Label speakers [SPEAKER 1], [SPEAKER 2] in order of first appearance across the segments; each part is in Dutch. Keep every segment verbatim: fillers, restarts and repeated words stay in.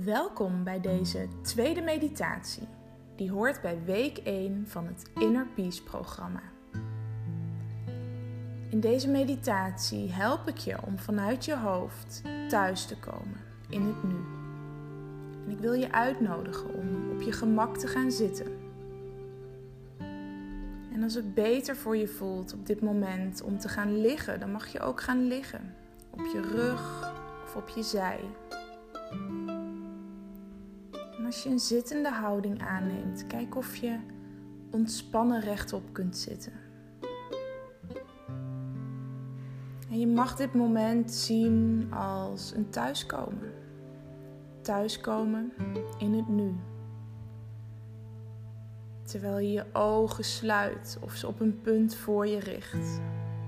[SPEAKER 1] Welkom bij deze tweede meditatie, die hoort bij week één van het Inner Peace programma. In deze meditatie help ik je om vanuit je hoofd thuis te komen in het nu. En ik wil je uitnodigen om op je gemak te gaan zitten. En als het beter voor je voelt op dit moment om te gaan liggen, dan mag je ook gaan liggen. Op je rug of op je zij. En als je een zittende houding aanneemt, kijk of je ontspannen rechtop kunt zitten. En je mag dit moment zien als een thuiskomen. Thuiskomen in het nu. Terwijl je je ogen sluit of ze op een punt voor je richt.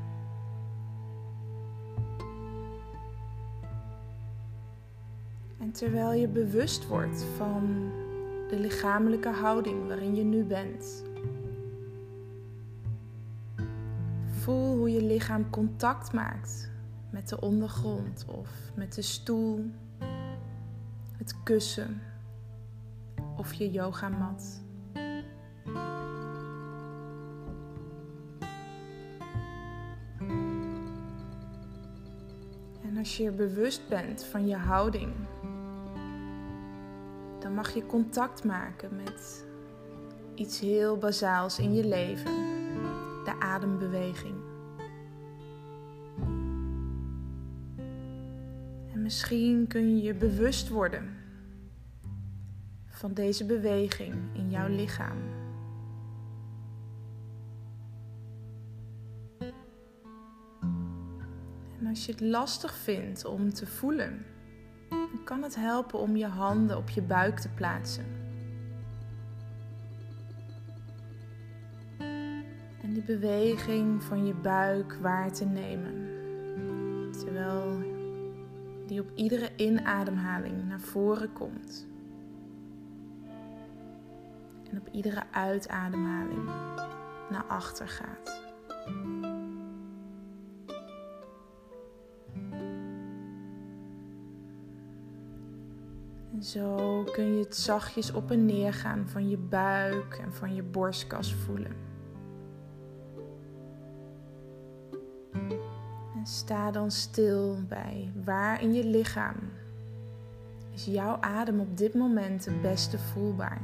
[SPEAKER 1] En terwijl je bewust wordt van de lichamelijke houding waarin je nu bent. Voel hoe je lichaam contact maakt met de ondergrond of met de stoel, het kussen of je yogamat. En als je er bewust bent van je houding, dan mag je contact maken met iets heel bazaals in je leven, de adembeweging. En misschien kun je je bewust worden van deze beweging in jouw lichaam. En als je het lastig vindt om te voelen, dan kan het helpen om je handen op je buik te plaatsen. En die beweging van je buik waar te nemen. Terwijl die op iedere inademhaling naar voren komt. En op iedere uitademhaling naar achter gaat. En zo kun je het zachtjes op en neer gaan van je buik en van je borstkas voelen. En sta dan stil bij waar in je lichaam is jouw adem op dit moment het beste voelbaar.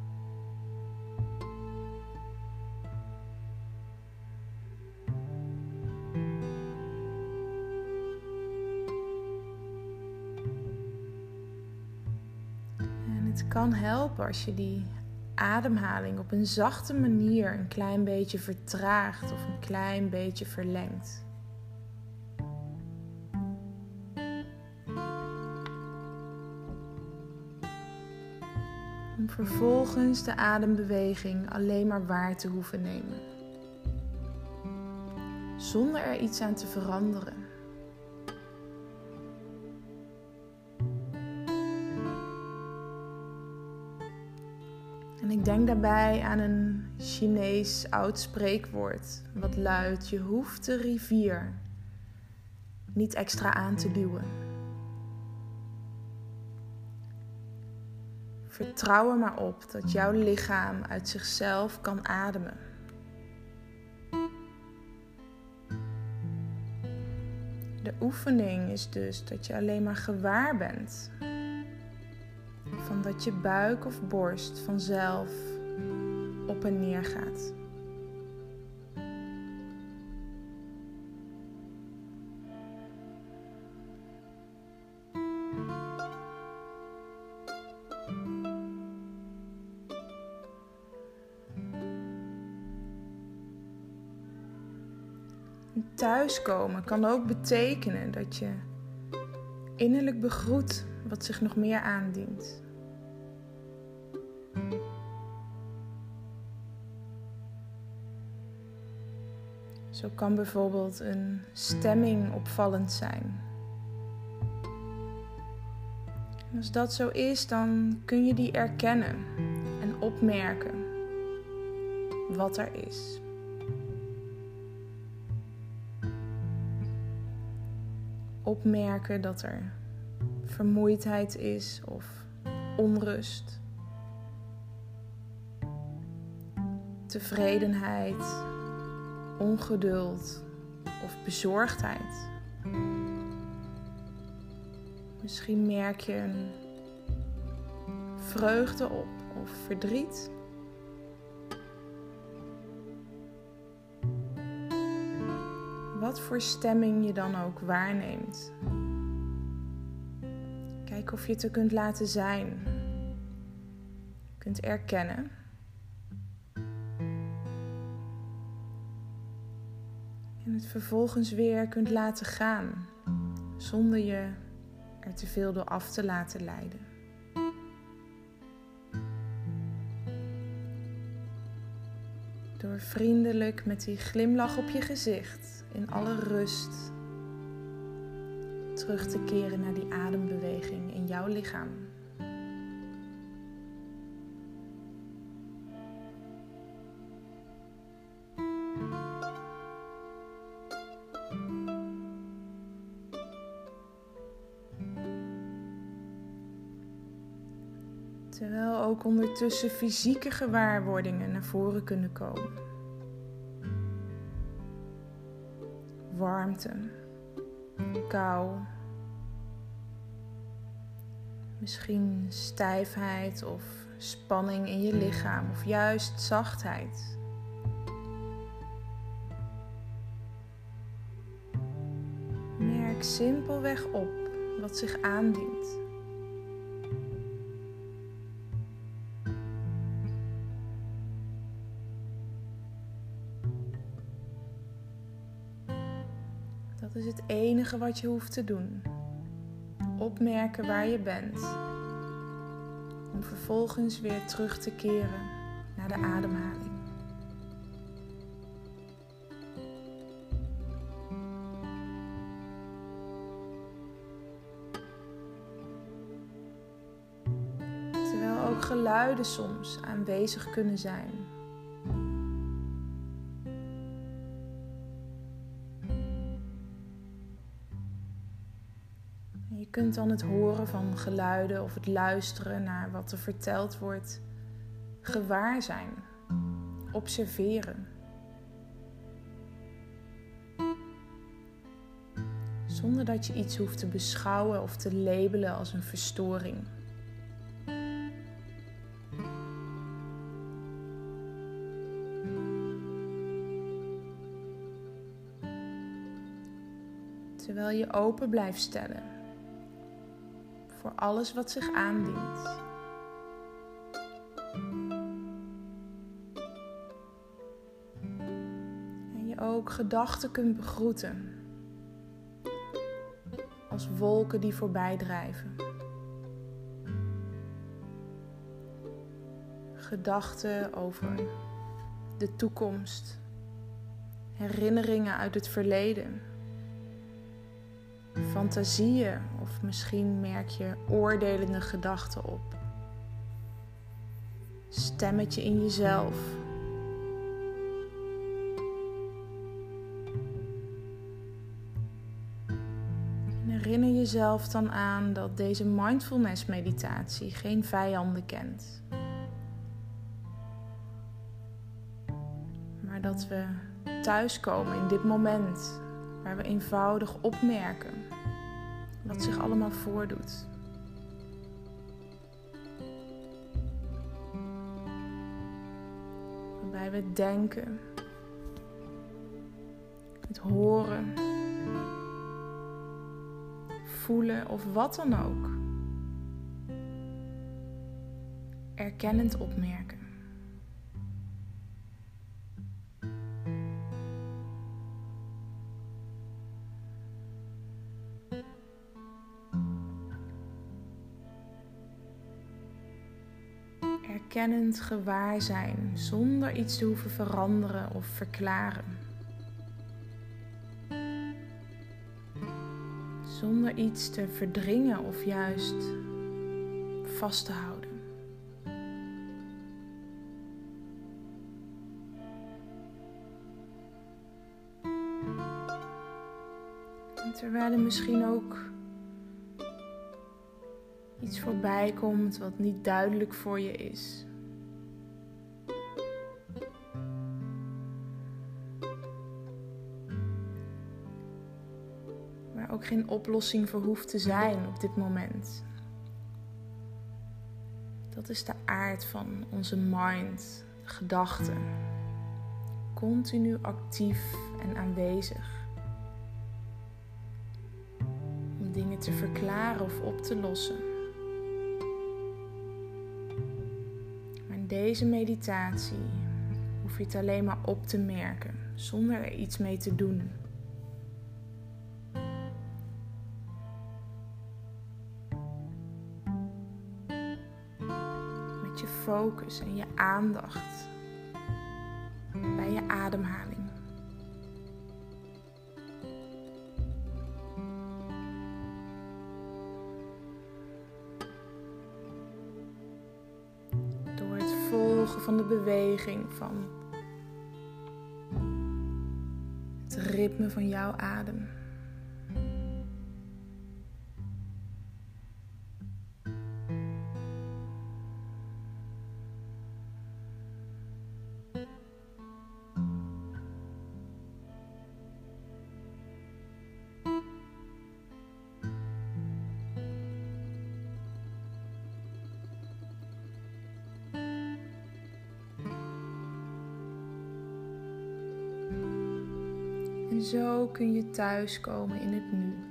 [SPEAKER 1] Het kan helpen als je die ademhaling op een zachte manier een klein beetje vertraagt of een klein beetje verlengt. Om vervolgens de adembeweging alleen maar waar te hoeven nemen. Zonder er iets aan te veranderen. En ik denk daarbij aan een Chinees oud spreekwoord, wat luidt: je hoeft de rivier niet extra aan te duwen. Vertrouw er maar op dat jouw lichaam uit zichzelf kan ademen. De oefening is dus dat je alleen maar gewaar bent van dat je buik of borst vanzelf op en neer gaat. Thuiskomen kan ook betekenen dat je innerlijk begroet wat zich nog meer aandient. Zo kan bijvoorbeeld een stemming opvallend zijn. En als dat zo is, dan kun je die erkennen en opmerken wat er is. Opmerken dat er vermoeidheid is of onrust, tevredenheid, ongeduld of bezorgdheid. Misschien merk je een vreugde op of verdriet. Wat voor stemming je dan ook waarneemt. Kijk of je het er kunt laten zijn. Je kunt erkennen. En het vervolgens weer kunt laten gaan. Zonder je er te veel door af te laten leiden. Door vriendelijk met die glimlach op je gezicht in alle rust terug te keren naar die adembeweging in jouw lichaam. Terwijl ook ondertussen fysieke gewaarwordingen naar voren kunnen komen. Warmte, kou, misschien stijfheid of spanning in je lichaam of juist zachtheid. Merk simpelweg op wat zich aandient. Dat is het enige wat je hoeft te doen. Opmerken waar je bent. Om vervolgens weer terug te keren naar de ademhaling. Terwijl ook geluiden soms aanwezig kunnen zijn. Je kunt dan het horen van geluiden of het luisteren naar wat er verteld wordt gewaar zijn, observeren. Zonder dat je iets hoeft te beschouwen of te labelen als een verstoring. Terwijl je open blijft stellen voor alles wat zich aandient. En je ook gedachten kunt begroeten. Als wolken die voorbij drijven. Gedachten over de toekomst. Herinneringen uit het verleden. Fantasieën of misschien merk je oordelende gedachten op. Stemmetje in jezelf. En herinner jezelf dan aan dat deze mindfulness meditatie geen vijanden kent. Maar dat we thuiskomen in dit moment. Waar we eenvoudig opmerken wat zich allemaal voordoet. Waarbij we het denken, het horen, voelen of wat dan ook. Erkennend opmerken. Erkennend gewaar zijn, zonder iets te hoeven veranderen of verklaren. Zonder iets te verdringen of juist vast te houden. En terwijl er misschien ook iets voorbij komt wat niet duidelijk voor je is. Waar ook geen oplossing voor hoeft te zijn op dit moment. Dat is de aard van onze mind, de gedachten. Continu actief en aanwezig. Om dingen te verklaren of op te lossen. Maar in deze meditatie hoef je het alleen maar op te merken, zonder er iets mee te doen. Met je focus en je aandacht bij je ademhaling. Door het volgen van de beweging van het ritme van jouw adem. En zo kun je thuiskomen in het nu.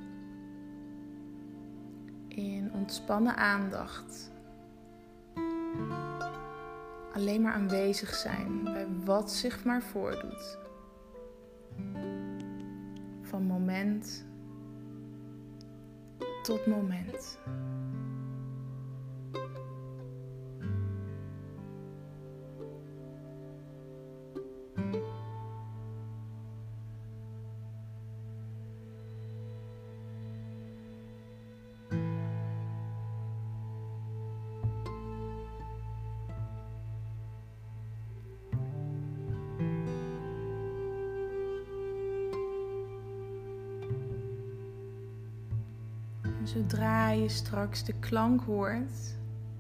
[SPEAKER 1] In ontspannen aandacht. Alleen maar aanwezig zijn bij wat zich maar voordoet. Van moment tot moment. En zodra je straks de klank hoort,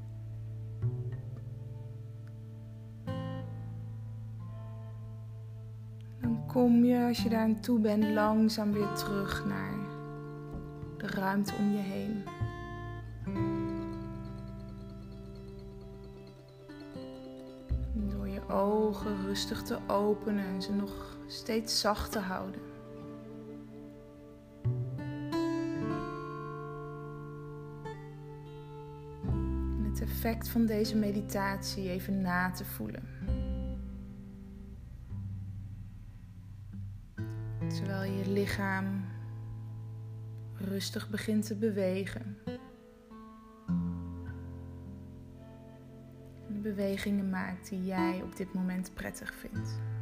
[SPEAKER 1] dan kom je, als je daar aan toe bent, langzaam weer terug naar de ruimte om je heen. En door je ogen rustig te openen en ze nog steeds zacht te houden. Het effect van deze meditatie even na te voelen. Terwijl je lichaam rustig begint te bewegen. En de bewegingen maakt die jij op dit moment prettig vindt.